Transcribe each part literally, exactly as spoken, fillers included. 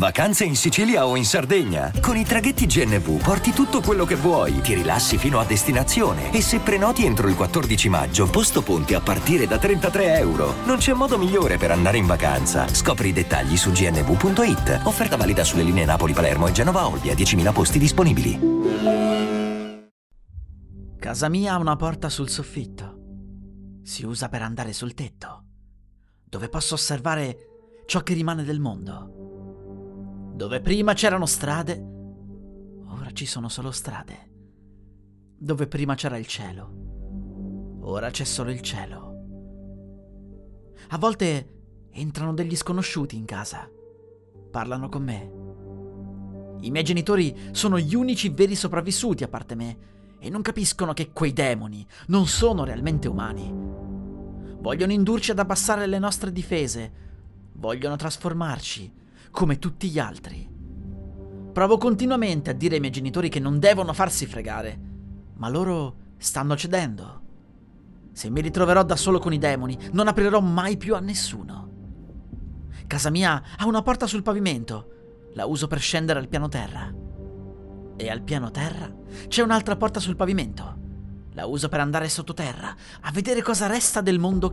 Vacanze in Sicilia o in Sardegna? Con i traghetti G N V porti tutto quello che vuoi, ti rilassi fino a destinazione e se prenoti entro il quattordici maggio, posto ponti a partire da trentatré euro. Non c'è modo migliore per andare in vacanza. Scopri i dettagli su g n v punto i t. Offerta valida sulle linee Napoli-Palermo e Genova-Olbia, diecimila posti disponibili. Casa mia ha una porta sul soffitto. Si usa per andare sul tetto, dove posso osservare ciò che rimane del mondo. Dove prima c'erano strade, ora ci sono solo strade. Dove prima c'era il cielo, ora c'è solo il cielo. A volte entrano degli sconosciuti in casa, parlano con me. I miei genitori sono gli unici veri sopravvissuti a parte me e non capiscono che quei demoni non sono realmente umani. Vogliono indurci ad abbassare le nostre difese, vogliono trasformarci come tutti gli altri. Provo continuamente a dire ai miei genitori che non devono farsi fregare, ma loro stanno cedendo. Se mi ritroverò da solo con i demoni, non aprirò mai più a nessuno. Casa mia ha una porta sul pavimento, la uso per scendere al piano terra. E al piano terra c'è un'altra porta sul pavimento, la uso per andare sottoterra, a vedere cosa resta del mondo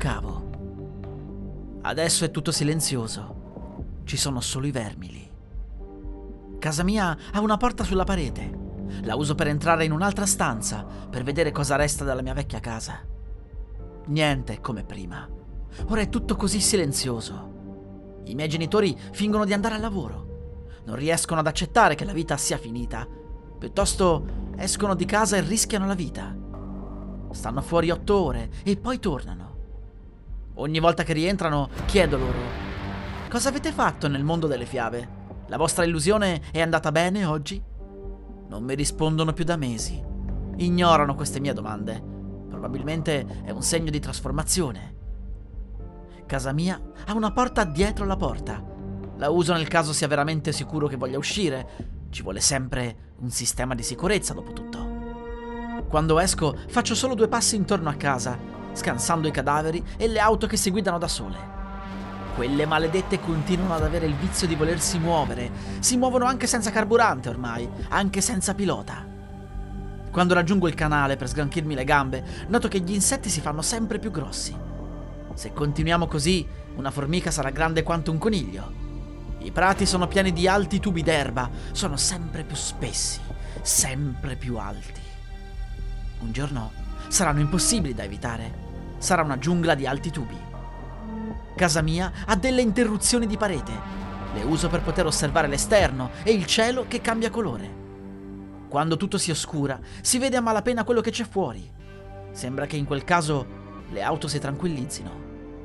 cavo. Adesso è tutto silenzioso. Ci sono solo i vermili. Casa mia ha una porta sulla parete. La uso per entrare in un'altra stanza, per vedere cosa resta della mia vecchia casa. Niente è come prima. Ora è tutto così silenzioso. I miei genitori fingono di andare al lavoro. Non riescono ad accettare che la vita sia finita. Piuttosto escono di casa e rischiano la vita. Stanno fuori otto ore e poi tornano. Ogni volta che rientrano chiedo loro: cosa avete fatto nel mondo delle fiabe? La vostra illusione è andata bene oggi? Non mi rispondono più da mesi. Ignorano queste mie domande. Probabilmente è un segno di trasformazione. Casa mia ha una porta dietro la porta. La uso nel caso sia veramente sicuro che voglia uscire. Ci vuole sempre un sistema di sicurezza, dopo tutto. Quando esco faccio solo due passi intorno a casa, scansando i cadaveri e le auto che si guidano da sole. Quelle maledette continuano ad avere il vizio di volersi muovere. Si muovono anche senza carburante ormai, anche senza pilota. Quando raggiungo il canale per sgranchirmi le gambe, noto che gli insetti si fanno sempre più grossi. Se continuiamo così, una formica sarà grande quanto un coniglio. I prati sono pieni di alti tubi d'erba, sono sempre più spessi, sempre più alti. Un giorno saranno impossibili da evitare. Sarà una giungla di alti tubi. Casa mia ha delle interruzioni di parete. Le uso per poter osservare l'esterno e il cielo che cambia colore. Quando tutto si oscura, si vede a malapena quello che c'è fuori. Sembra che in quel caso le auto si tranquillizzino.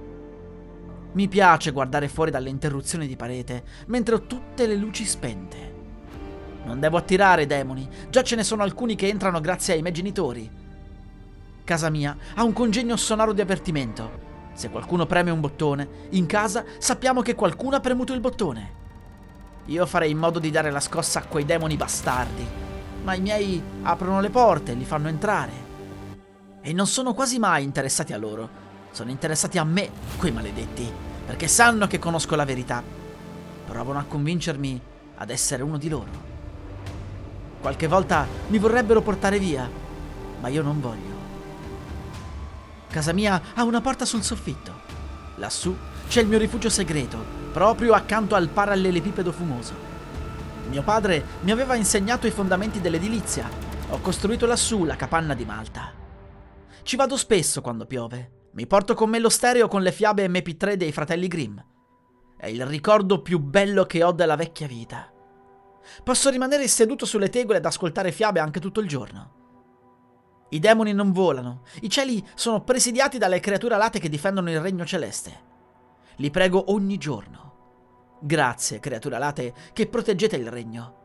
Mi piace guardare fuori dalle interruzioni di parete mentre ho tutte le luci spente. Non devo attirare i demoni, già ce ne sono alcuni che entrano grazie ai miei genitori. Casa mia ha un congegno sonoro di avvertimento. Se qualcuno preme un bottone, in casa sappiamo che qualcuno ha premuto il bottone. Io farei in modo di dare la scossa a quei demoni bastardi, ma i miei aprono le porte e li fanno entrare. E non sono quasi mai interessati a loro, sono interessati a me, quei maledetti, perché sanno che conosco la verità. Provano a convincermi ad essere uno di loro. Qualche volta mi vorrebbero portare via, ma io non voglio. Casa mia ha una porta sul soffitto. Lassù c'è il mio rifugio segreto, proprio accanto al parallelepipedo fumoso. Mio padre mi aveva insegnato i fondamenti dell'edilizia. Ho costruito lassù la capanna di Malta. Ci vado spesso quando piove. Mi porto con me lo stereo con le fiabe emme pi tre dei fratelli Grimm. È il ricordo più bello che ho della vecchia vita. Posso rimanere seduto sulle tegole ad ascoltare fiabe anche tutto il giorno. I demoni non volano, i cieli sono presidiati dalle creature alate che difendono il regno celeste. Li prego ogni giorno. Grazie, creature alate, che proteggete il regno.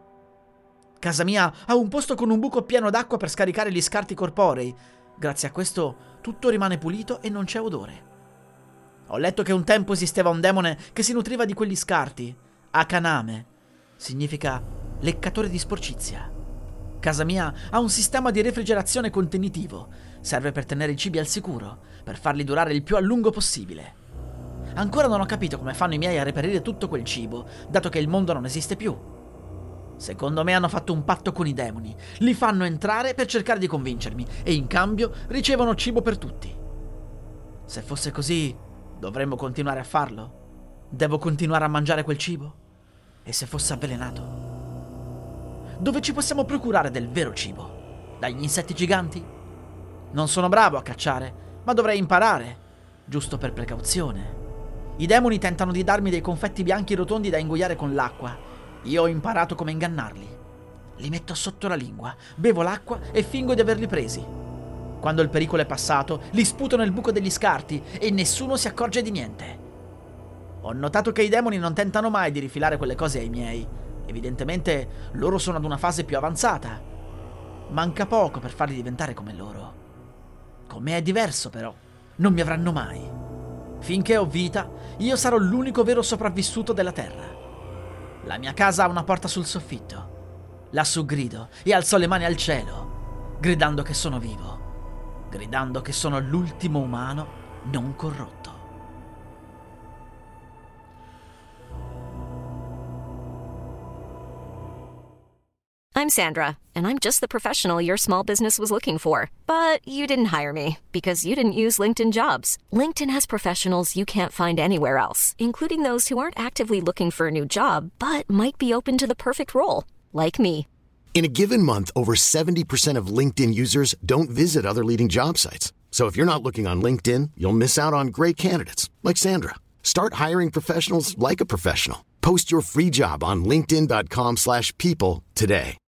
Casa mia ha un posto con un buco pieno d'acqua per scaricare gli scarti corporei. Grazie a questo tutto rimane pulito e non c'è odore. Ho letto che un tempo esisteva un demone che si nutriva di quegli scarti. Akaname significa leccatore di sporcizia. Casa mia ha un sistema di refrigerazione contenitivo. Serve per tenere i cibi al sicuro, per farli durare il più a lungo possibile. Ancora non ho capito come fanno i miei a reperire tutto quel cibo, dato che il mondo non esiste più. Secondo me hanno fatto un patto con i demoni. Li fanno entrare per cercare di convincermi e in cambio ricevono cibo per tutti. Se fosse così, dovremmo continuare a farlo? Devo continuare a mangiare quel cibo? E se fosse avvelenato? Dove ci possiamo procurare del vero cibo? Dagli insetti giganti? Non sono bravo a cacciare, ma dovrei imparare, giusto per precauzione. I demoni tentano di darmi dei confetti bianchi rotondi da ingoiare con l'acqua. Io ho imparato come ingannarli. Li metto sotto la lingua, bevo l'acqua e fingo di averli presi. Quando il pericolo è passato, li sputo nel buco degli scarti e nessuno si accorge di niente. Ho notato che i demoni non tentano mai di rifilare quelle cose ai miei. Evidentemente loro sono ad una fase più avanzata. Manca poco per farli diventare come loro. Con me è diverso però. Non mi avranno mai. Finché ho vita, io sarò l'unico vero sopravvissuto della Terra. La mia casa ha una porta sul soffitto. Lassù grido e alzo le mani al cielo, gridando che sono vivo, gridando che sono l'ultimo umano non corrotto. I'm Sandra, and I'm just the professional your small business was looking for. But you didn't hire me because you didn't use LinkedIn Jobs. LinkedIn has professionals you can't find anywhere else, including those who aren't actively looking for a new job, but might be open to the perfect role, like me. In a given month, over seventy percent of LinkedIn users don't visit other leading job sites. So if you're not looking on LinkedIn, you'll miss out on great candidates like Sandra. Start hiring professionals like a professional. Post your free job on linkedin dot com slash people today.